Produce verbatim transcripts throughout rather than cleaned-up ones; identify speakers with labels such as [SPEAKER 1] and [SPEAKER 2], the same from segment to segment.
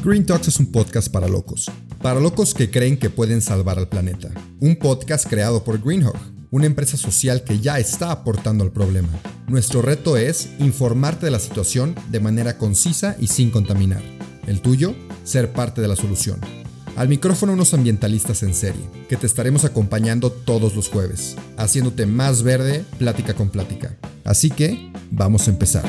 [SPEAKER 1] Green Talks es un podcast para locos. Para locos que creen que pueden salvar al planeta. Un podcast creado por GreenHog, una empresa social que ya está aportando al problema. Nuestro reto es informarte de la situación de manera concisa y sin contaminar. El tuyo, ser parte de la solución. Al micrófono unos ambientalistas en serie, que te estaremos acompañando todos los jueves, haciéndote más verde, plática con plática. Así que, vamos a empezar.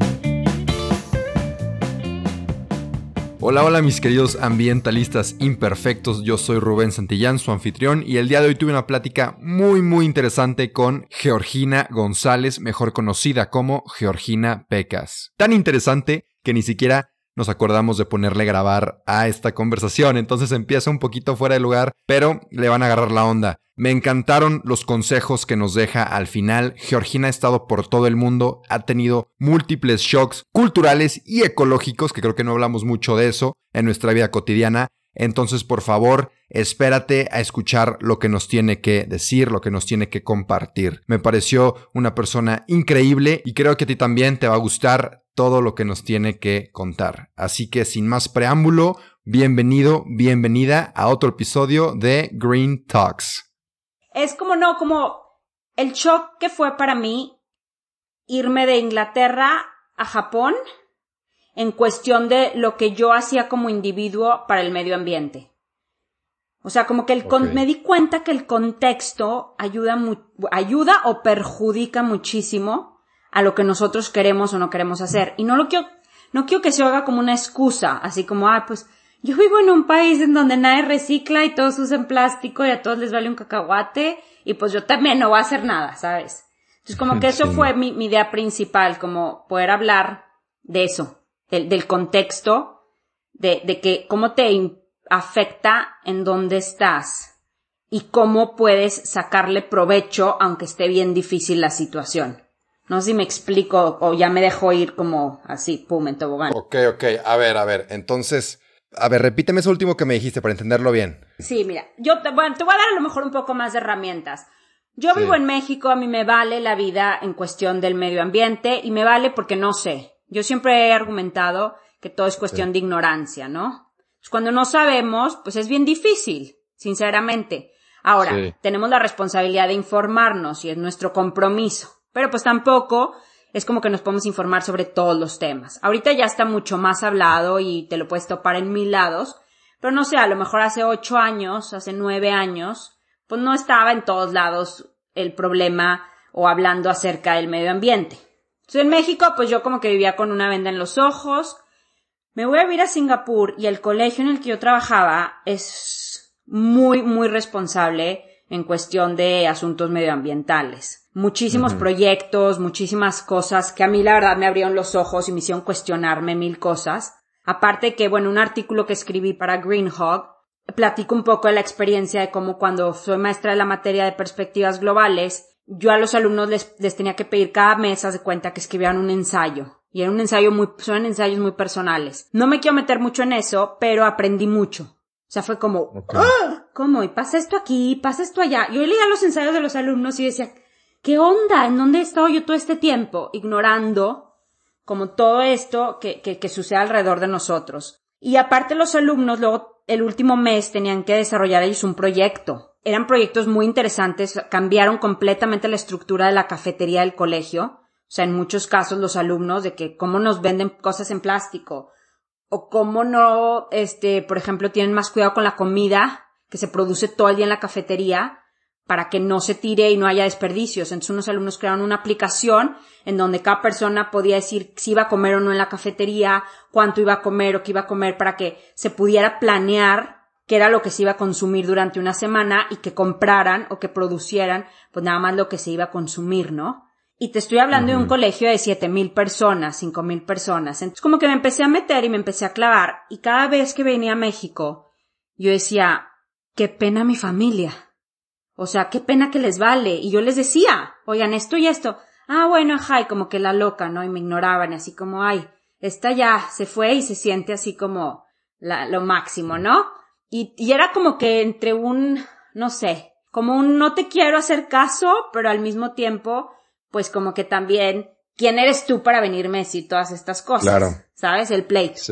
[SPEAKER 2] Hola, hola mis queridos ambientalistas imperfectos, yo soy Rubén Santillán, su anfitrión, y el día de hoy tuve una plática muy muy interesante con Georgina González, mejor conocida como Georgina Pecas. Tan interesante que ni siquiera nos acordamos de ponerle grabar a esta conversación, entonces empieza un poquito fuera de lugar, pero le van a agarrar la onda. Me encantaron los consejos que nos deja al final. Georgina ha estado por todo el mundo, ha tenido múltiples shocks culturales y ecológicos, que creo que no hablamos mucho de eso en nuestra vida cotidiana. Entonces, por favor, espérate a escuchar lo que nos tiene que decir, lo que nos tiene que compartir. Me pareció una persona increíble y creo que a ti también te va a gustar todo lo que nos tiene que contar. Así que, sin más preámbulo, bienvenido, bienvenida a otro episodio de Green Talks.
[SPEAKER 3] Es como, no, como el shock que fue para mí irme de Inglaterra a Japón en cuestión de lo que yo hacía como individuo para el medio ambiente. O sea, como que el con- okay. me di cuenta que el contexto ayuda, mu- ayuda o perjudica muchísimo a lo que nosotros queremos o no queremos hacer. Y no lo quiero, no quiero que se haga como una excusa, así como, ah, pues yo vivo en un país en donde nadie recicla y todos usan plástico y a todos les vale un cacahuate y pues yo también no voy a hacer nada, ¿sabes? Entonces como que eso sí. fue mi, mi idea principal, como poder hablar de eso. Del, del contexto, de, de que cómo te in, afecta en dónde estás y cómo puedes sacarle provecho aunque esté bien difícil la situación. No sé si me explico o ya me dejo ir como así, pum, en tobogán.
[SPEAKER 2] Ok, ok, a ver, a ver, entonces, a ver, repíteme eso último que me dijiste para entenderlo bien.
[SPEAKER 3] Sí, mira, yo te, bueno, te voy a dar a lo mejor un poco más de herramientas. Yo sí. vivo en México, a mí me vale la vida en cuestión del medio ambiente y me vale porque no sé. Yo siempre he argumentado que todo es cuestión sí. de ignorancia, ¿no? Pues cuando no sabemos, pues es bien difícil, sinceramente. Ahora, sí. tenemos la responsabilidad de informarnos y es nuestro compromiso. Pero pues tampoco es como que nos podemos informar sobre todos los temas. Ahorita ya está mucho más hablado y te lo puedes topar en mil lados. Pero no sé, a lo mejor hace ocho años, hace nueve años, pues no estaba en todos lados el problema o hablando acerca del medio ambiente. Entonces, en México, pues yo como que vivía con una venda en los ojos. Me voy a vivir a Singapur y el colegio en el que yo trabajaba es muy, muy responsable en cuestión de asuntos medioambientales. Muchísimos uh-huh. proyectos, muchísimas cosas que a mí la verdad me abrieron los ojos y me hicieron cuestionarme mil cosas. Aparte que, bueno, un artículo que escribí para GreenHog, platico un poco de la experiencia de cómo cuando soy maestra de la materia de perspectivas globales, yo a los alumnos les, les tenía que pedir cada mes, haz de cuenta, que escribieran un ensayo. Y era un ensayo muy, son ensayos muy personales. No me quiero meter mucho en eso, pero aprendí mucho. O sea, fue como, okay. ¡ah! ¿Cómo? Y pasa esto aquí, pasa esto allá. Yo leía los ensayos de los alumnos y decía, ¿qué onda? ¿En dónde he estado yo todo este tiempo? Ignorando como todo esto que, que, que sucede alrededor de nosotros. Y aparte los alumnos luego, el último mes tenían que desarrollar ellos un proyecto. Eran proyectos muy interesantes, cambiaron completamente la estructura de la cafetería del colegio. O sea, en muchos casos los alumnos de que cómo nos venden cosas en plástico o cómo no, este, por ejemplo, tienen más cuidado con la comida que se produce todo el día en la cafetería para que no se tire y no haya desperdicios. Entonces unos alumnos crearon una aplicación en donde cada persona podía decir si iba a comer o no en la cafetería, cuánto iba a comer o qué iba a comer para que se pudiera planear qué era lo que se iba a consumir durante una semana y que compraran o que producieran pues nada más lo que se iba a consumir, ¿no? Y te estoy hablando uh-huh. de un colegio de siete mil personas, cinco mil personas. Entonces como que me empecé a meter y me empecé a clavar y cada vez que venía a México yo decía, qué pena mi familia. O sea, qué pena que les vale. Y yo les decía, oigan, esto y esto. Ah, bueno, ajá, y como que la loca, ¿no? Y me ignoraban, y así como, ay, esta ya se fue y se siente así como la, lo máximo, ¿no? Y, y era como que entre un, no sé, como un no te quiero hacer caso, pero al mismo tiempo, pues como que también, ¿quién eres tú para venirme a decir todas estas cosas?
[SPEAKER 2] Claro.
[SPEAKER 3] ¿Sabes? El pleito.
[SPEAKER 2] Sí.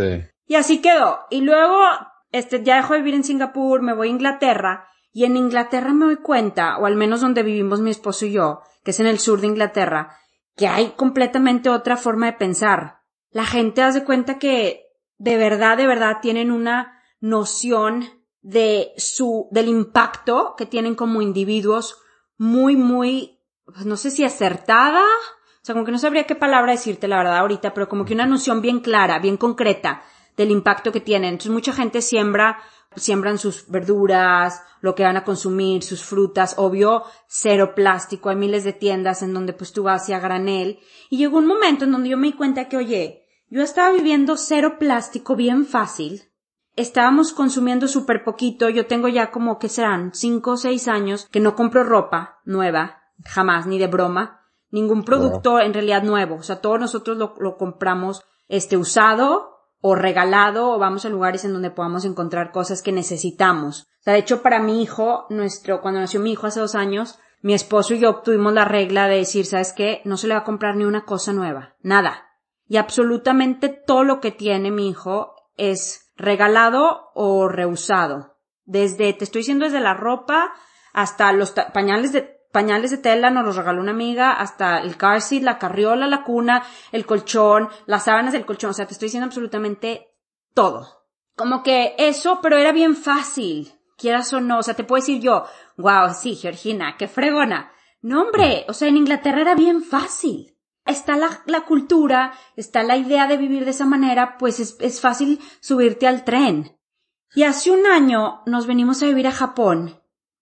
[SPEAKER 3] Y así quedó. Y luego, este, ya dejo de vivir en Singapur, me voy a Inglaterra, y en Inglaterra me doy cuenta, o al menos donde vivimos mi esposo y yo, que es en el sur de Inglaterra, que hay completamente otra forma de pensar. La gente hace cuenta que de verdad, de verdad tienen una noción de su, del impacto que tienen como individuos muy, muy, pues no sé si acertada, o sea, como que no sabría qué palabra decirte la verdad ahorita, pero como que una noción bien clara, bien concreta del impacto que tienen. Entonces mucha gente siembra, siembran sus verduras, lo que van a consumir, sus frutas, obvio, cero plástico, hay miles de tiendas en donde pues tú vas y a granel, y llegó un momento en donde yo me di cuenta que, oye, yo estaba viviendo cero plástico bien fácil, estábamos consumiendo súper poquito, yo tengo ya como que serán cinco o seis años que no compro ropa nueva, jamás, ni de broma, ningún producto wow. en realidad nuevo, o sea, todos nosotros lo, lo compramos este usado o regalado, o vamos a lugares en donde podamos encontrar cosas que necesitamos. O sea, de hecho, para mi hijo, nuestro, cuando nació mi hijo hace dos años, mi esposo y yo tuvimos la regla de decir, ¿sabes qué? No se le va a comprar ni una cosa nueva, nada. Y absolutamente todo lo que tiene mi hijo es regalado o reusado. Desde, te estoy diciendo, desde la ropa hasta los ta- pañales de pañales de tela nos los regaló una amiga, hasta el car seat, la carriola, la cuna, el colchón, las sábanas del colchón, o sea, te estoy diciendo absolutamente todo. Como que eso, pero era bien fácil, quieras o no, o sea, te puedo decir yo, wow, sí, Georgina, qué fregona. No, hombre, o sea, en Inglaterra era bien fácil. Está la, la cultura, está la idea de vivir de esa manera, pues es, es fácil subirte al tren. Y hace un año nos venimos a vivir a Japón.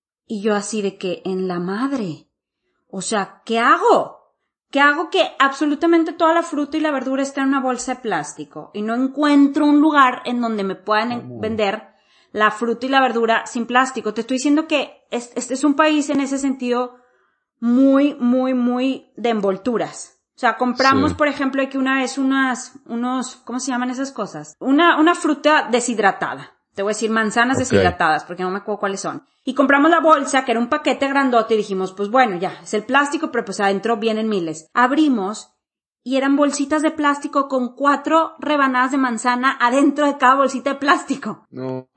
[SPEAKER 3] Y yo así de que, en la madre, o sea, ¿qué hago? ¿Qué hago que absolutamente toda la fruta y la verdura está en una bolsa de plástico? Y no encuentro un lugar en donde me puedan en- vender la fruta y la verdura sin plástico. Te estoy diciendo que este es, es un país en ese sentido muy, muy, muy de envolturas. O sea, compramos, sí. por ejemplo, aquí una vez unas, unos, ¿cómo se llaman esas cosas? Una, una fruta deshidratada. Te voy a decir manzanas okay. deshidratadas, porque no me acuerdo cuáles son. Y compramos la bolsa, que era un paquete grandote, y dijimos, pues bueno, ya, es el plástico, pero pues adentro vienen miles. Abrimos, y eran bolsitas de plástico con cuatro rebanadas de manzana adentro de cada bolsita de plástico.
[SPEAKER 2] No.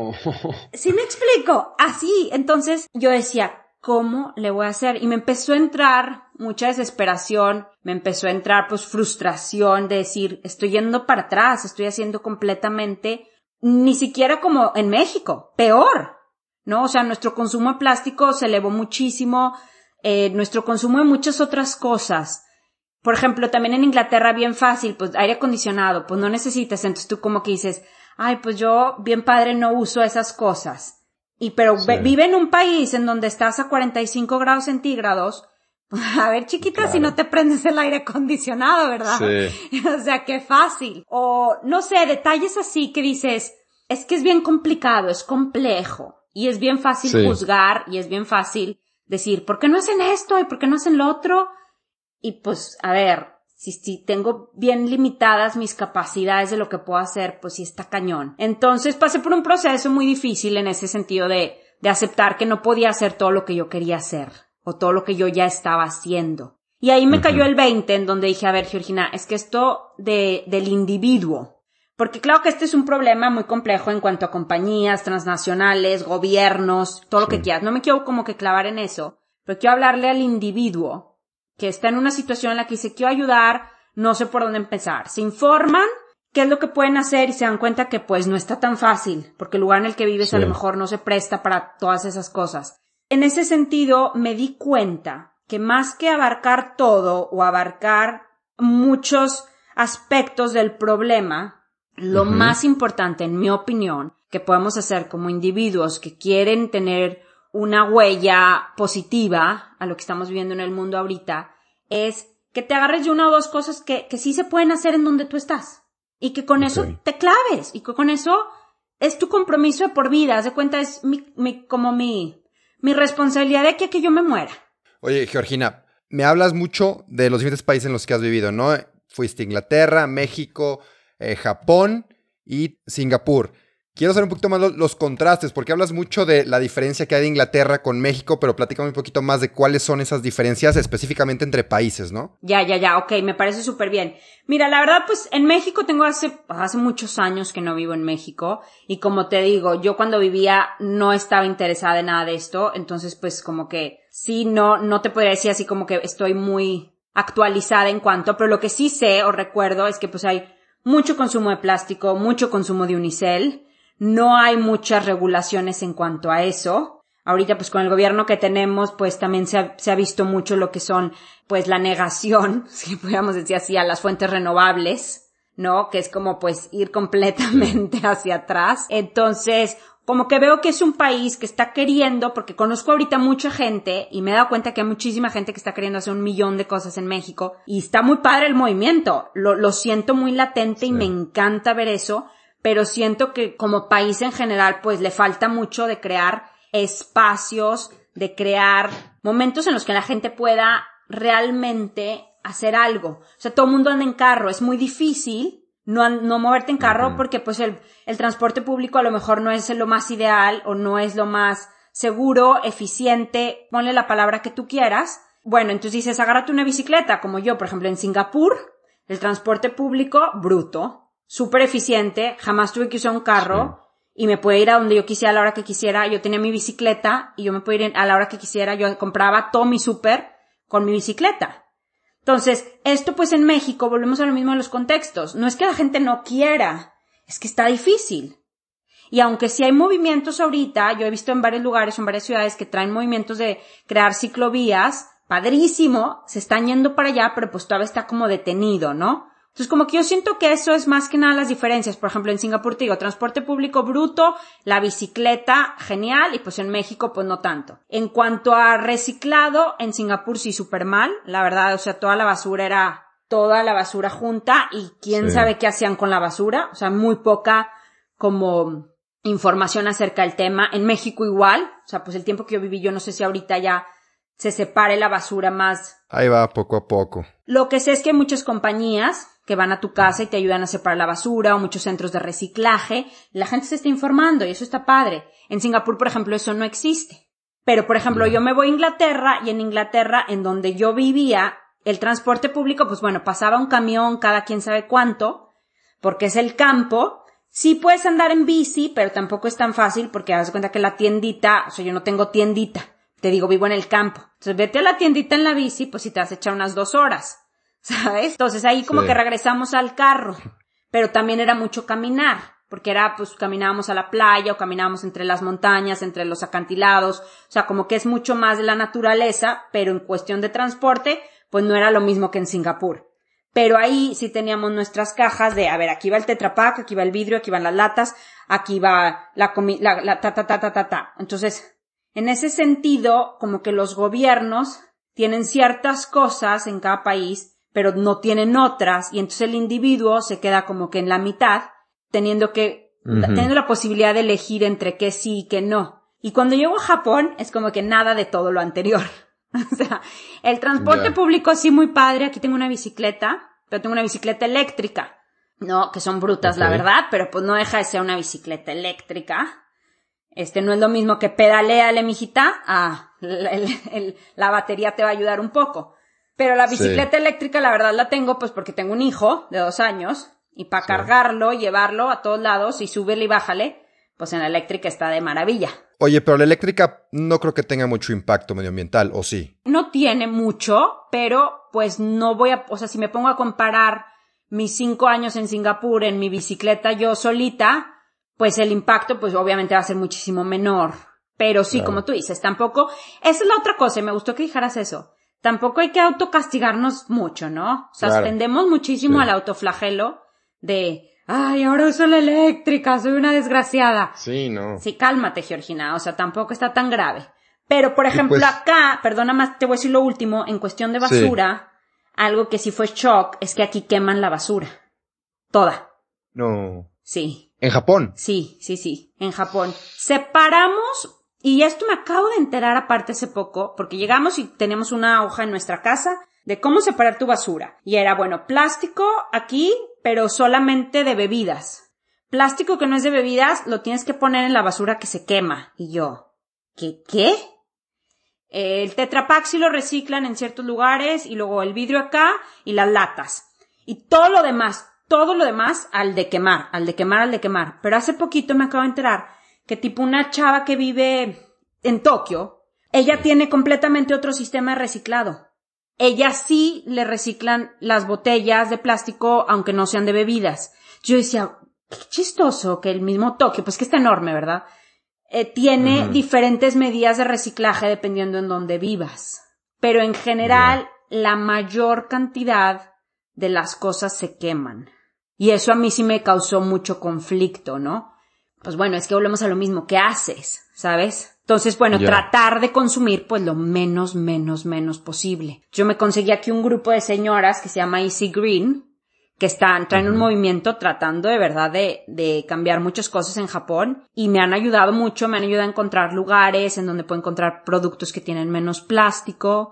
[SPEAKER 3] ¿Sí me explico? Así. Entonces, yo decía, ¿cómo le voy a hacer? Y me empezó a entrar mucha desesperación, me empezó a entrar, pues, frustración de decir, estoy yendo para atrás, estoy haciendo completamente... Ni siquiera como en México, peor, ¿no? O sea, nuestro consumo de plástico se elevó muchísimo, eh, nuestro consumo de muchas otras cosas. Por ejemplo, también en Inglaterra bien fácil, pues aire acondicionado, pues no necesitas, entonces tú como que dices, ay, pues yo bien padre no uso esas cosas. Y pero sí. vive en un país en donde estás a cuarenta y cinco grados centígrados, a ver, chiquita, claro. si no te prendes el aire acondicionado, ¿verdad? Sí. O sea, qué fácil. O, no sé, detalles así que dices, es que es bien complicado, es complejo. Y es bien fácil sí. juzgar, y es bien fácil decir, ¿por qué no hacen esto? ¿Y por qué no hacen lo otro? Y pues, a ver, si, si tengo bien limitadas mis capacidades de lo que puedo hacer, pues sí está cañón. Entonces pasé por un proceso muy difícil en ese sentido de, de aceptar que no podía hacer todo lo que yo quería hacer. O todo lo que yo ya estaba haciendo. Y ahí me uh-huh. cayó el veinte, en donde dije, a ver, Georgina, es que esto de, del individuo, porque claro que este es un problema muy complejo en cuanto a compañías transnacionales, gobiernos, todo sí. lo que quieras. No me quiero como que clavar en eso, pero quiero hablarle al individuo que está en una situación en la que dice, quiero ayudar, no sé por dónde empezar. Se informan qué es lo que pueden hacer y se dan cuenta que pues no está tan fácil, porque el lugar en el que vives sí. a lo mejor no se presta para todas esas cosas. En ese sentido, me di cuenta que más que abarcar todo o abarcar muchos aspectos del problema, lo uh-huh. más importante, en mi opinión, que podemos hacer como individuos que quieren tener una huella positiva a lo que estamos viviendo en el mundo ahorita, es que te agarres de una o dos cosas que, que sí se pueden hacer en donde tú estás. Y que con okay. eso te claves. Y que con eso es tu compromiso de por vida. Haz de cuenta, es mi, mi, como mi... mi responsabilidad de aquí a que yo me muera.
[SPEAKER 2] Oye, Georgina, me hablas mucho de los diferentes países en los que has vivido, ¿no? Fuiste a Inglaterra, México, eh, Japón y Singapur. quiero saber un poquito más los, los contrastes, porque hablas mucho de la diferencia que hay de Inglaterra con México, pero platícame un poquito más de cuáles son esas diferencias específicamente entre países, ¿no?
[SPEAKER 3] Ya, ya, ya, ok, me parece súper bien. Mira, la verdad, pues en México tengo hace, hace muchos años que no vivo en México, y como te digo, yo cuando vivía no estaba interesada en nada de esto, entonces pues como que sí, no, no te podría decir así como que estoy muy actualizada en cuanto, pero lo que sí sé o recuerdo es que pues hay mucho consumo de plástico, mucho consumo de unicel. No hay muchas regulaciones en cuanto a eso. Ahorita, pues, con el gobierno que tenemos, pues, también se ha, se ha visto mucho lo que son, pues, la negación, si pudiéramos decir así, a las fuentes renovables, ¿no? Que es como, pues, ir completamente hacia atrás. Entonces, como que veo que es un país que está queriendo, porque conozco ahorita mucha gente, y me he dado cuenta que hay muchísima gente que está queriendo hacer un millón de cosas en México, y está muy padre el movimiento. Lo, lo siento muy latente sí. Y me encanta ver eso. Pero siento que como país en general, pues le falta mucho de crear espacios, de crear momentos en los que la gente pueda realmente hacer algo. O sea, todo el mundo anda en carro, es muy difícil no, no moverte en carro uh-huh. porque pues el, el transporte público a lo mejor no es lo más ideal o no es lo más seguro, eficiente, ponle la palabra que tú quieras. Bueno, entonces dices, agárrate una bicicleta, como yo, por ejemplo, en Singapur, el transporte público, bruto. Súper eficiente, jamás tuve que usar un carro sí. Y me pude ir a donde yo quisiera a la hora que quisiera. Yo tenía mi bicicleta y yo me podía ir a la hora que quisiera. Yo compraba todo mi súper con mi bicicleta. Entonces, esto pues en México, volvemos a lo mismo en los contextos. No es que la gente no quiera, es que está difícil. Y aunque sí hay movimientos ahorita, yo he visto en varios lugares, en varias ciudades que traen movimientos de crear ciclovías, padrísimo, se están yendo para allá, pero pues todavía está como detenido, ¿no? Entonces, como que yo siento que eso es más que nada las diferencias. Por ejemplo, en Singapur te digo, transporte público bruto, la bicicleta, genial, y pues en México, pues no tanto. En cuanto a reciclado, en Singapur sí súper mal, la verdad, o sea, toda la basura era toda la basura junta, y quién sí. sabe qué hacían con la basura, o sea, muy poca como información acerca del tema. En México igual, o sea, pues el tiempo que yo viví, yo no sé si ahorita ya se separe la basura más.
[SPEAKER 2] Ahí va, poco a poco.
[SPEAKER 3] Lo que sé es que hay muchas compañías que van a tu casa y te ayudan a separar la basura, o muchos centros de reciclaje. La gente se está informando y eso está padre. En Singapur, por ejemplo, eso no existe. Pero, por ejemplo, yo me voy a Inglaterra, y en Inglaterra, en donde yo vivía, el transporte público, pues bueno, pasaba un camión cada quién sabe cuánto, porque es el campo. Sí puedes andar en bici, pero tampoco es tan fácil porque haz de cuenta que la tiendita, o sea, yo no tengo tiendita. Te digo, vivo en el campo. Entonces, vete a la tiendita en la bici, pues si te vas a echar unas dos horas. ¿Sabes? Entonces ahí como sí. que regresamos al carro, pero también era mucho caminar, porque era, pues caminábamos a la playa o caminábamos entre las montañas, entre los acantilados, o sea, como que es mucho más de la naturaleza, pero en cuestión de transporte, pues no era lo mismo que en Singapur. Pero ahí sí teníamos nuestras cajas de, a ver, aquí va el Tetra Pak, aquí va el vidrio, aquí van las latas, aquí va la comida, la, la ta, ta, ta, ta, ta, ta. Entonces, en ese sentido, como que los gobiernos tienen ciertas cosas en cada país, pero no tienen otras, y entonces el individuo se queda como que en la mitad, teniendo que, uh-huh. teniendo la posibilidad de elegir entre qué sí y qué no. Y cuando llego a Japón, es como que nada de todo lo anterior. O sea, el transporte yeah. público sí muy padre, aquí tengo una bicicleta, pero tengo una bicicleta eléctrica, ¿no? Que son brutas, okay. la verdad, pero pues no deja de ser una bicicleta eléctrica. Este, no es lo mismo que pedaleale, mijita, ah, el, el, el, la batería te va a ayudar un poco. Pero la bicicleta sí. eléctrica, la verdad, la tengo pues porque tengo un hijo de dos años y para sí. cargarlo, llevarlo a todos lados y súbele y bájale, pues en la eléctrica está de maravilla.
[SPEAKER 2] Oye, pero la eléctrica no creo que tenga mucho impacto medioambiental, ¿o sí?
[SPEAKER 3] No tiene mucho, pero pues no voy a, o sea, si me pongo a comparar mis cinco años en Singapur en mi bicicleta yo solita, pues el impacto pues obviamente va a ser muchísimo menor. Pero sí, claro. como tú dices, tampoco, esa es la otra cosa y me gustó que dijeras eso. Tampoco hay que autocastigarnos mucho, ¿no? O sea, claro. tendemos muchísimo sí. al autoflagelo de, ay, ahora uso la eléctrica, soy una desgraciada.
[SPEAKER 2] Sí, no.
[SPEAKER 3] Sí, cálmate, Georgina, o sea, tampoco está tan grave. Pero, por ejemplo,
[SPEAKER 2] pues,
[SPEAKER 3] acá, perdona más, te voy a decir lo último, en cuestión de basura, sí. algo que sí fue shock es que aquí queman la basura. Toda.
[SPEAKER 2] No.
[SPEAKER 3] Sí.
[SPEAKER 2] ¿En Japón?
[SPEAKER 3] Sí, sí, sí, en Japón. Separamos. Y esto me acabo de enterar aparte hace poco, porque llegamos y tenemos una hoja en nuestra casa de cómo separar tu basura. Y era, bueno, plástico aquí, pero solamente de bebidas. plástico que no es de bebidas lo tienes que poner en la basura que se quema. Y yo, ¿qué, qué? El Tetra Pak sí lo reciclan en ciertos lugares y luego el vidrio acá y las latas. Y todo lo demás, todo lo demás al de quemar, al de quemar, al de quemar. Pero hace poquito me acabo de enterar que tipo una chava que vive en Tokio, ella tiene completamente otro sistema de reciclado. Ella sí le reciclan las botellas de plástico aunque no sean de bebidas. Yo decía, qué chistoso que el mismo Tokio, pues que está enorme, ¿verdad? Eh, tiene uh-huh. diferentes medidas de reciclaje dependiendo en dónde vivas. Pero en general, yeah. la mayor cantidad de las cosas se queman. Y eso a mí sí me causó mucho conflicto, ¿no? Pues bueno, es que volvemos a lo mismo. ¿Qué haces? ¿Sabes? Entonces, bueno, yeah. tratar de consumir pues lo menos, menos, menos posible. Yo me conseguí aquí un grupo de señoras que se llama Easy Green, que están, traen uh-huh. un movimiento tratando de verdad de, de cambiar muchas cosas en Japón y me han ayudado mucho, me han ayudado a encontrar lugares en donde puedo encontrar productos que tienen menos plástico,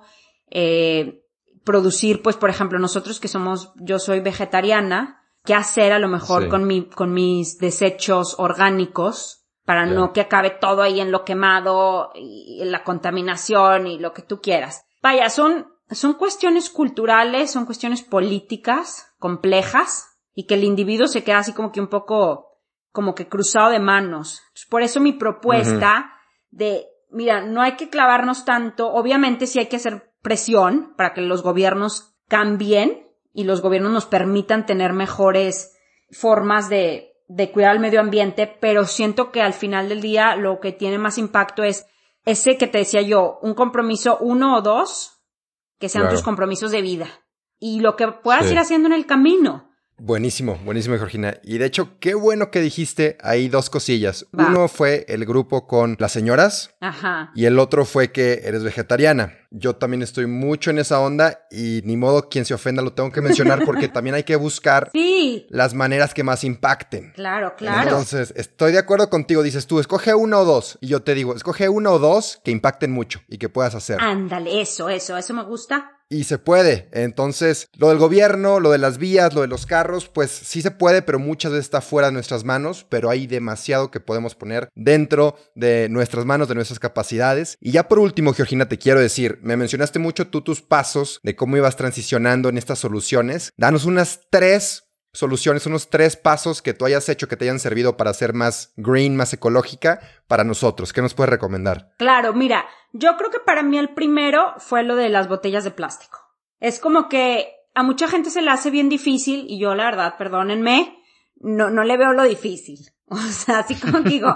[SPEAKER 3] eh, producir, pues, por ejemplo, nosotros que somos, yo soy vegetariana, ¿qué hacer a lo mejor sí. con mi, con mis desechos orgánicos? Para yeah. no que acabe todo ahí en lo quemado y la contaminación y lo que tú quieras. Vaya, son, son cuestiones culturales, son cuestiones políticas complejas y que el individuo se queda así como que un poco, como que cruzado de manos. Por eso mi propuesta uh-huh. de, mira, no hay que clavarnos tanto, obviamente sí hay que hacer presión para que los gobiernos cambien y los gobiernos nos permitan tener mejores formas de de cuidar el medio ambiente, pero siento que al final del día lo que tiene más impacto es ese que te decía yo, un compromiso uno o dos, que sean claro. tus compromisos de vida. Y lo que puedas sí. ir haciendo en el camino.
[SPEAKER 2] Buenísimo, buenísimo, Georgina. Y de hecho, qué bueno que dijiste ahí dos cosillas.
[SPEAKER 3] Va.
[SPEAKER 2] Uno fue el grupo con las señoras.
[SPEAKER 3] Ajá.
[SPEAKER 2] Y el otro fue que eres vegetariana. Yo también estoy mucho en esa onda y ni modo quien se ofenda lo tengo que mencionar porque también hay que buscar
[SPEAKER 3] sí.
[SPEAKER 2] las maneras que más impacten.
[SPEAKER 3] Claro, claro.
[SPEAKER 2] Entonces, estoy de acuerdo contigo. Dices tú, escoge uno o dos. Y yo te digo, escoge uno o dos que impacten mucho y que puedas hacer.
[SPEAKER 3] Ándale, eso, eso, eso me gusta.
[SPEAKER 2] Y se puede. Entonces, lo del gobierno, lo de las vías, lo de los carros, pues sí se puede, pero muchas veces está fuera de nuestras manos, pero hay demasiado que podemos poner dentro de nuestras manos, de nuestras capacidades. Y ya por último, Georgina, te quiero decir, me mencionaste mucho tú tus pasos de cómo ibas transicionando en estas soluciones. Danos unas tres soluciones, unos tres pasos que tú hayas hecho que te hayan servido para ser más green, más ecológica para nosotros. ¿Qué nos puedes recomendar?
[SPEAKER 3] Claro, mira, yo creo que para mí el primero fue lo de las botellas de plástico. Es como que a mucha gente se le hace bien difícil y yo la verdad, perdónenme, no, no le veo lo difícil. O sea, así como que digo,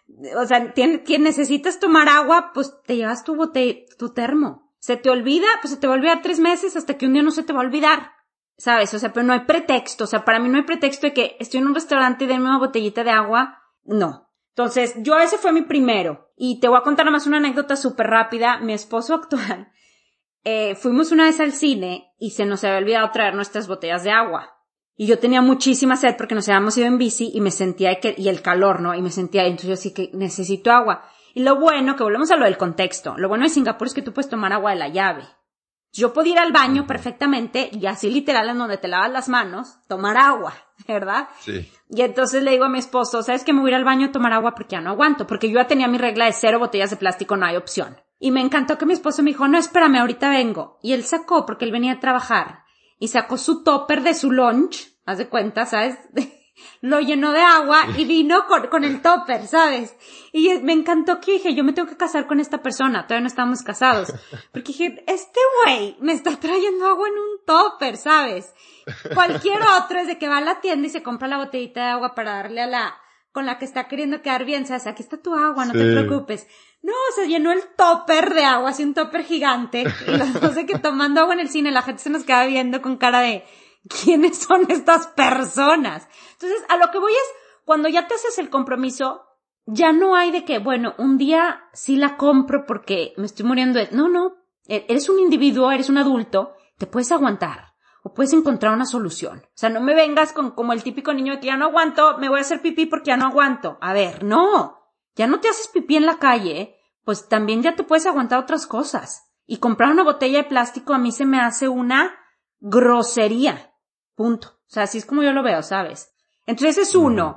[SPEAKER 3] o sea, tien, tien, necesitas tomar agua, pues te llevas tu botella, tu termo. Se te olvida, pues se te va a olvidar tres meses hasta que un día no se te va a olvidar. ¿Sabes? O sea, pero no hay pretexto. O sea, para mí no hay pretexto de que estoy en un restaurante y denme una botellita de agua. No. Entonces, yo ese fue mi primero. Y te voy a contar nada más una anécdota súper rápida. Mi esposo actual, eh, fuimos una vez al cine y se nos había olvidado traer nuestras botellas de agua. Y yo tenía muchísima sed porque nos habíamos ido en bici y me sentía que, y el calor, ¿no? Y me sentía, entonces yo sí que necesito agua. Y lo bueno, que volvemos a lo del contexto. Lo bueno de Singapur es que tú puedes tomar agua de la llave. Yo podía ir al baño perfectamente y así literal en donde te lavas las manos, tomar agua, ¿verdad?
[SPEAKER 2] Sí.
[SPEAKER 3] Y entonces le digo a mi esposo, ¿sabes qué? Me voy a ir al baño a tomar agua porque ya no aguanto, porque yo ya tenía mi regla de cero botellas de plástico, no hay opción. Y me encantó que mi esposo me dijo, no, espérame, ahorita vengo. Y él sacó, porque él venía a trabajar, y sacó su topper de su lunch, haz de cuenta, ¿sabes? Lo llenó de agua y vino con, con el topper, ¿sabes? Y me encantó que dije, yo me tengo que casar con esta persona, todavía no estábamos casados. Porque dije, este güey me está trayendo agua en un topper, ¿sabes? Cualquier otro es de que va a la tienda y se compra la botellita de agua para darle a la, con la que está queriendo quedar bien, ¿sabes? Aquí está tu agua, no sí. te preocupes. No, se llenó el topper de agua, así un topper gigante. Y los dos de que tomando agua en el cine, la gente se nos queda viendo con cara de, ¿quiénes son estas personas? Entonces, a lo que voy es, cuando ya te haces el compromiso, ya no hay de que, bueno, un día sí la compro porque me estoy muriendo de... No, no, eres un individuo, eres un adulto, te puedes aguantar o puedes encontrar una solución. O sea, no me vengas con como el típico niño de que ya no aguanto, me voy a hacer pipí porque ya no aguanto. A ver, no, ya no te haces pipí en la calle, pues también ya te puedes aguantar otras cosas. Y comprar una botella de plástico a mí se me hace una grosería. Punto. O sea, así es como yo lo veo, ¿sabes? Entonces ese es uno.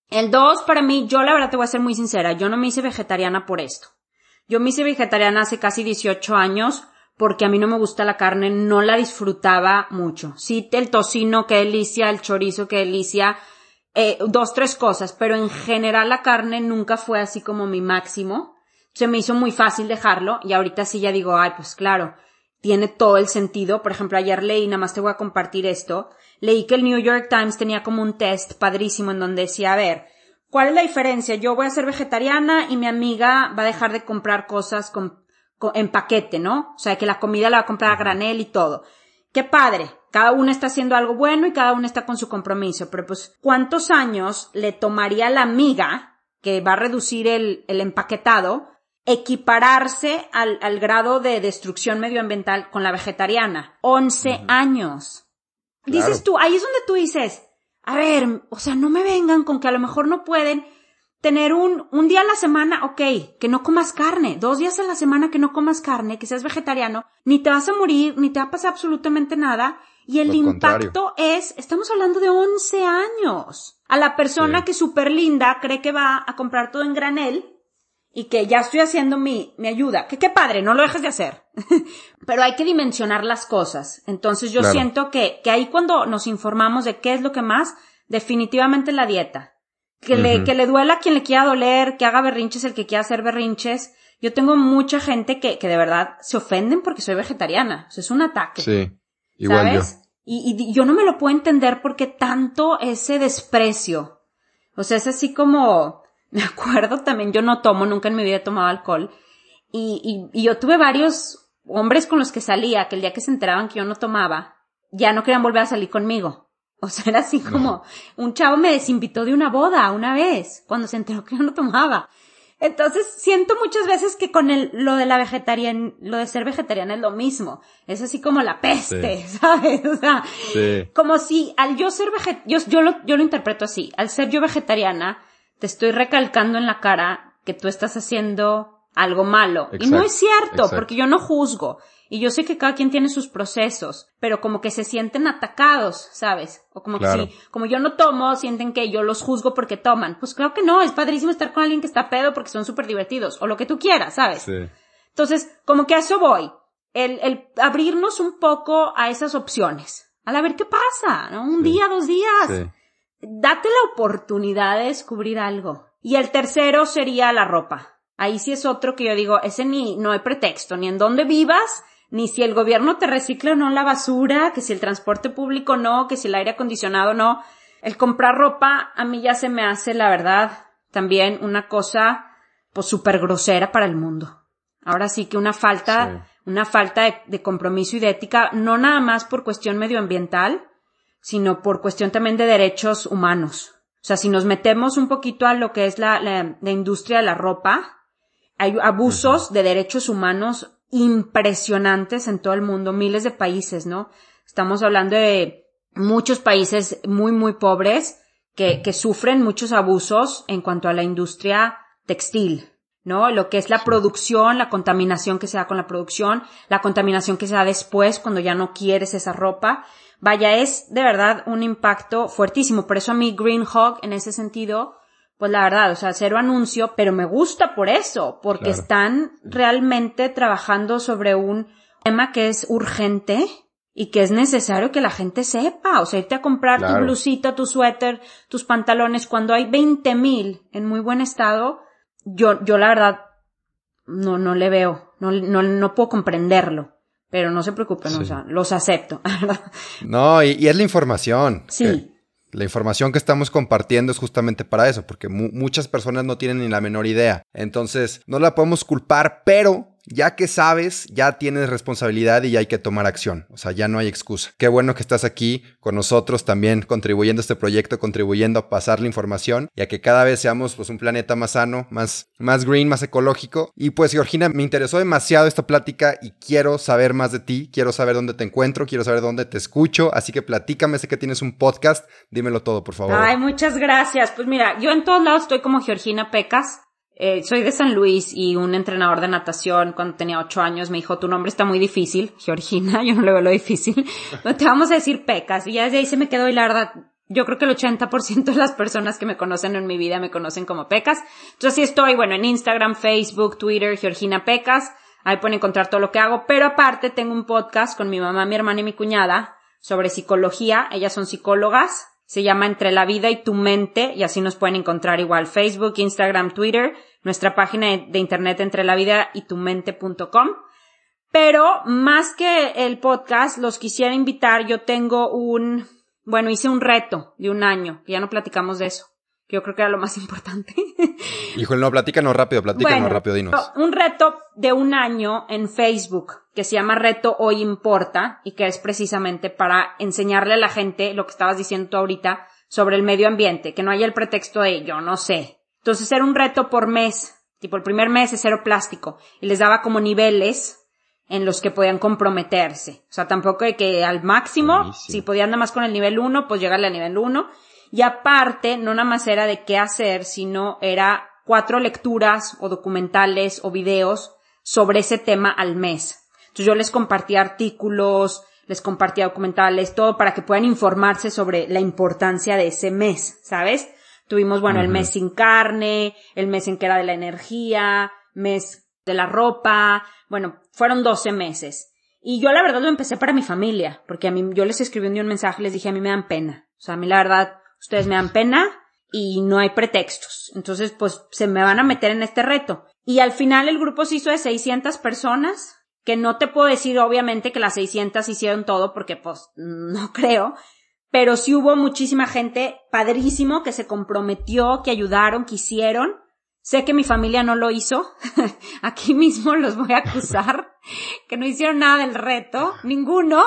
[SPEAKER 3] El dos, para mí, yo la verdad te voy a ser muy sincera, yo no me hice vegetariana por esto. Yo me hice vegetariana hace casi dieciocho años porque a mí no me gusta la carne, no la disfrutaba mucho. Sí, el tocino, qué delicia, el chorizo, qué delicia, eh, dos, tres cosas, pero en general la carne nunca fue así como mi máximo. Se me hizo muy fácil dejarlo y ahorita sí ya digo, ay, pues claro, tiene todo el sentido. Por ejemplo, ayer leí, nada más te voy a compartir esto, leí que el New York Times tenía como un test padrísimo en donde decía, a ver, ¿cuál es la diferencia? Yo voy a ser vegetariana y mi amiga va a dejar de comprar cosas con, con, en paquete, ¿no? O sea, que la comida la va a comprar a granel y todo. ¡Qué padre! Cada una está haciendo algo bueno y cada una está con su compromiso. Pero pues, ¿cuántos años le tomaría a la amiga, que va a reducir el, el empaquetado, equipararse al, al grado de destrucción medioambiental con la vegetariana? once uh-huh. años. Claro. Dices tú, ahí es donde tú dices, a ver, o sea, no me vengan con que a lo mejor no pueden tener un, un día a la semana, ok, que no comas carne, dos días a la semana que no comas carne, que seas vegetariano, ni te vas a morir, ni te va a pasar absolutamente nada, y el impacto es, estamos hablando de once años. A la persona sí. que súper linda cree que va a comprar todo en granel, y que ya estoy haciendo mi, mi ayuda, que qué padre, no lo dejes de hacer. Pero hay que dimensionar las cosas. Entonces yo claro. siento que, que ahí cuando nos informamos de qué es lo que más, definitivamente la dieta. Que uh-huh. le, que le duela a quien le quiera doler, que haga berrinches el que quiera hacer berrinches. Yo tengo mucha gente que, que de verdad se ofenden porque soy vegetariana. O sea, es un ataque.
[SPEAKER 2] Sí, igual
[SPEAKER 3] ¿sabes?
[SPEAKER 2] yo.
[SPEAKER 3] Y, y yo no me lo puedo entender porque tanto ese desprecio. O sea, es así como, me acuerdo también, yo no tomo, nunca en mi vida he tomado alcohol. Y, y, y yo tuve varios hombres con los que salía, que el día que se enteraban que yo no tomaba, ya no querían volver a salir conmigo. O sea, era así como, no. un chavo me desinvitó de una boda una vez, cuando se enteró que yo no tomaba. Entonces, siento muchas veces que con el, lo de la vegetariana, lo de ser vegetariana es lo mismo. Es así como la peste, sí. ¿sabes? O sea, sí. como si al yo ser vegetariana, yo, yo lo, yo lo interpreto así, al ser yo vegetariana, te estoy recalcando en la cara que tú estás haciendo algo malo. Exacto, y no es cierto, exacto. porque yo no juzgo. Y yo sé que cada quien tiene sus procesos, pero como que se sienten atacados, ¿sabes? O como claro. que si, como yo no tomo, sienten que yo los juzgo porque toman. Pues claro que no, es padrísimo estar con alguien que está pedo porque son súper divertidos, o lo que tú quieras, ¿sabes? Sí. Entonces, como que a eso voy. El, el abrirnos un poco a esas opciones. A ver qué pasa, ¿no? Un sí. día, dos días. Sí. Date la oportunidad de descubrir algo. Y el tercero sería la ropa. Ahí sí es otro que yo digo, ese ni, no hay pretexto, ni en dónde vivas, ni si el gobierno te recicla o no la basura, que si el transporte público no, que si el aire acondicionado no. El comprar ropa a mí ya se me hace, la verdad, también una cosa pues súper grosera para el mundo. Ahora sí que una falta, sí. una falta de, de compromiso y de ética, no nada más por cuestión medioambiental, sino por cuestión también de derechos humanos. O sea, si nos metemos un poquito a lo que es la, la, la industria de la ropa, hay abusos uh-huh. de derechos humanos impresionantes en todo el mundo, miles de países, ¿no? Estamos hablando de muchos países muy, muy pobres que, que sufren muchos abusos en cuanto a la industria textil, ¿no? Lo que es la sí. producción, la contaminación que se da con la producción, la contaminación que se da después cuando ya no quieres esa ropa. Vaya, es de verdad un impacto fuertísimo. Por eso a mí Green Hog, en ese sentido, pues la verdad, o sea, cero anuncio, pero me gusta por eso, porque claro. están realmente trabajando sobre un tema que es urgente y que es necesario que la gente sepa. O sea, irte a comprar claro. tu blusita, tu suéter, tus pantalones, cuando hay veinte mil en muy buen estado, yo, yo la verdad, no, no le veo, no, no, no puedo comprenderlo. Pero no se preocupen, sí. o sea, los acepto.
[SPEAKER 2] No, y, y es la información.
[SPEAKER 3] Sí.
[SPEAKER 2] Que la información que estamos compartiendo es justamente para eso, porque mu- muchas personas no tienen ni la menor idea. Entonces, no la podemos culpar, pero ya que sabes, ya tienes responsabilidad y ya hay que tomar acción. O sea, ya no hay excusa. Qué bueno que estás aquí con nosotros también, contribuyendo a este proyecto, contribuyendo a pasar la información y a que cada vez seamos pues un planeta más sano, más, más green, más ecológico. Y pues, Georgina, me interesó demasiado esta plática y quiero saber más de ti. Quiero saber dónde te encuentro, quiero saber dónde te escucho. Así que platícame, sé que tienes un podcast. Dímelo todo, por favor.
[SPEAKER 3] Ay, muchas gracias. Pues mira, yo en todos lados estoy como Georgina Pecas. Eh, soy de San Luis y un entrenador de natación cuando tenía ocho años me dijo, tu nombre está muy difícil, Georgina, yo no le veo lo difícil, no te vamos a decir Pecas, y ya desde ahí se me quedó y la verdad yo creo que el ochenta por ciento de las personas que me conocen en mi vida me conocen como Pecas. Entonces sí estoy, bueno, en Instagram, Facebook, Twitter, Georgina Pecas. Ahí pueden encontrar todo lo que hago. Pero aparte tengo un podcast con mi mamá, mi hermana y mi cuñada sobre psicología. Ellas son psicólogas. Se llama Entre la vida y tu mente. Y así nos pueden encontrar igual Facebook, Instagram, Twitter. Nuestra página de internet entre la vida y tu mente punto com. Pero más que el podcast, los quisiera invitar. Yo tengo un... Bueno, hice un reto de un año, que ya no platicamos de eso, que yo creo que era lo más importante.
[SPEAKER 2] Híjole, no, platícanos rápido, platícanos
[SPEAKER 3] bueno,
[SPEAKER 2] rápido, dinos.
[SPEAKER 3] Un reto de un año en Facebook, que se llama Reto Hoy Importa, y que es precisamente para enseñarle a la gente lo que estabas diciendo tú ahorita sobre el medio ambiente, que no haya el pretexto de yo no sé. Entonces era un reto por mes, tipo el primer mes es cero plástico, y les daba como niveles en los que podían comprometerse. O sea, tampoco de que al máximo, buenísimo. Si podían nada más con el nivel uno, pues llegarle al nivel uno. Y aparte, no nada más era de qué hacer, sino era cuatro lecturas o documentales o videos sobre ese tema al mes. Entonces yo les compartía artículos, les compartía documentales, todo para que puedan informarse sobre la importancia de ese mes, ¿sabes? Tuvimos, bueno, uh-huh. el mes sin carne, el mes en que era de la energía, mes de la ropa, bueno, fueron doce meses. Y yo la verdad lo empecé para mi familia, porque a mí, yo les escribí un día un mensaje, les dije a mí me dan pena. O sea, a mí la verdad, ustedes me dan pena y no hay pretextos. Entonces, pues, se me van a meter en este reto. Y al final el grupo se hizo de seiscientas personas, que no te puedo decir obviamente que las seiscientas hicieron todo, porque pues, no creo. Pero sí hubo muchísima gente padrísimo que se comprometió, que ayudaron, que hicieron. Sé que mi familia no lo hizo. Aquí mismo los voy a acusar que no hicieron nada del reto. Ninguno.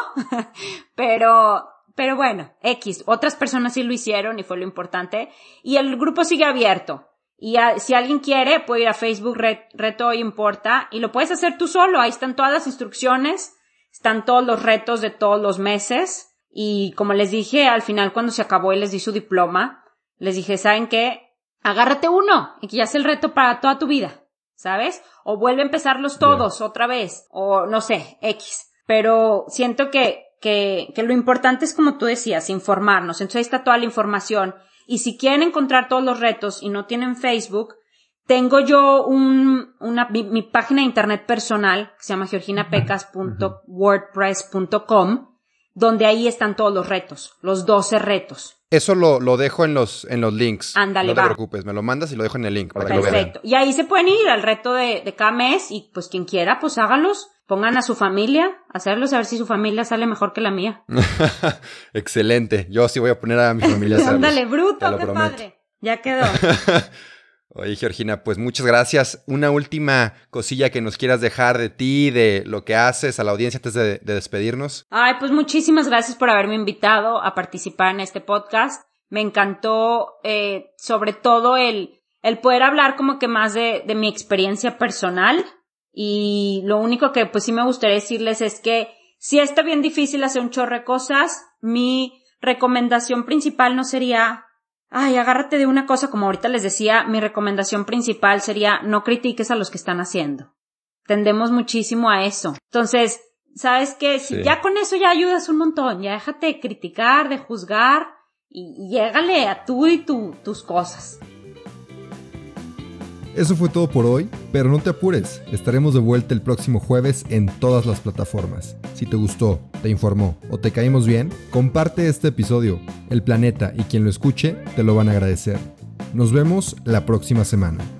[SPEAKER 3] Pero, pero bueno, X. Otras personas sí lo hicieron y fue lo importante. Y el grupo sigue abierto. Y a, si alguien quiere, puede ir a Facebook, Ret, Reto Hoy Importa. Y lo puedes hacer tú solo. Ahí están todas las instrucciones. Están todos los retos de todos los meses. Y como les dije, al final cuando se acabó y les di su diploma, les dije, ¿saben qué? Agárrate uno y que ya es el reto para toda tu vida, ¿sabes? O vuelve a empezarlos todos yeah. otra vez, o no sé, X. Pero siento que, que, que lo importante es, como tú decías, informarnos. Entonces ahí está toda la información. Y si quieren encontrar todos los retos y no tienen Facebook, tengo yo un, una, mi, mi página de internet personal que se llama georgina pecas punto wordpress punto com, donde ahí están todos los retos, los doce retos.
[SPEAKER 2] Eso lo, lo dejo en los, en los links.
[SPEAKER 3] Ándale,
[SPEAKER 2] no te
[SPEAKER 3] va.
[SPEAKER 2] preocupes, me lo mandas y lo dejo en el link para
[SPEAKER 3] Perfecto.
[SPEAKER 2] que lo vean.
[SPEAKER 3] Y ahí se pueden ir al reto de, de cada mes y pues quien quiera, pues hágalos. Pongan a su familia, hacerlos a ver si su familia sale mejor que la mía.
[SPEAKER 2] Excelente. Yo sí voy a poner a mi familia a hacerlos.
[SPEAKER 3] Ándale, bruto,
[SPEAKER 2] te lo
[SPEAKER 3] qué
[SPEAKER 2] prometo.
[SPEAKER 3] padre. Ya quedó.
[SPEAKER 2] Oye, Georgina, pues muchas gracias. Una última cosilla que nos quieras dejar de ti, de lo que haces a la audiencia antes de, de despedirnos.
[SPEAKER 3] Ay, pues muchísimas gracias por haberme invitado a participar en este podcast. Me encantó, eh, sobre todo el, el poder hablar como que más de, de mi experiencia personal. Y lo único que pues sí me gustaría decirles es que si está bien difícil hacer un chorro de cosas, mi recomendación principal no sería, ay, agárrate de una cosa, como ahorita les decía, mi recomendación principal sería no critiques a los que están haciendo. Tendemos muchísimo a eso. Entonces, ¿sabes qué? Si sí. Ya con eso ya ayudas un montón, ya déjate de criticar, de juzgar y, y llégale a tú y tu, tus cosas.
[SPEAKER 1] Eso fue todo por hoy, pero no te apures, estaremos de vuelta el próximo jueves en todas las plataformas. Si te gustó, te informó o te caímos bien, comparte este episodio. El planeta y quien lo escuche te lo van a agradecer. Nos vemos la próxima semana.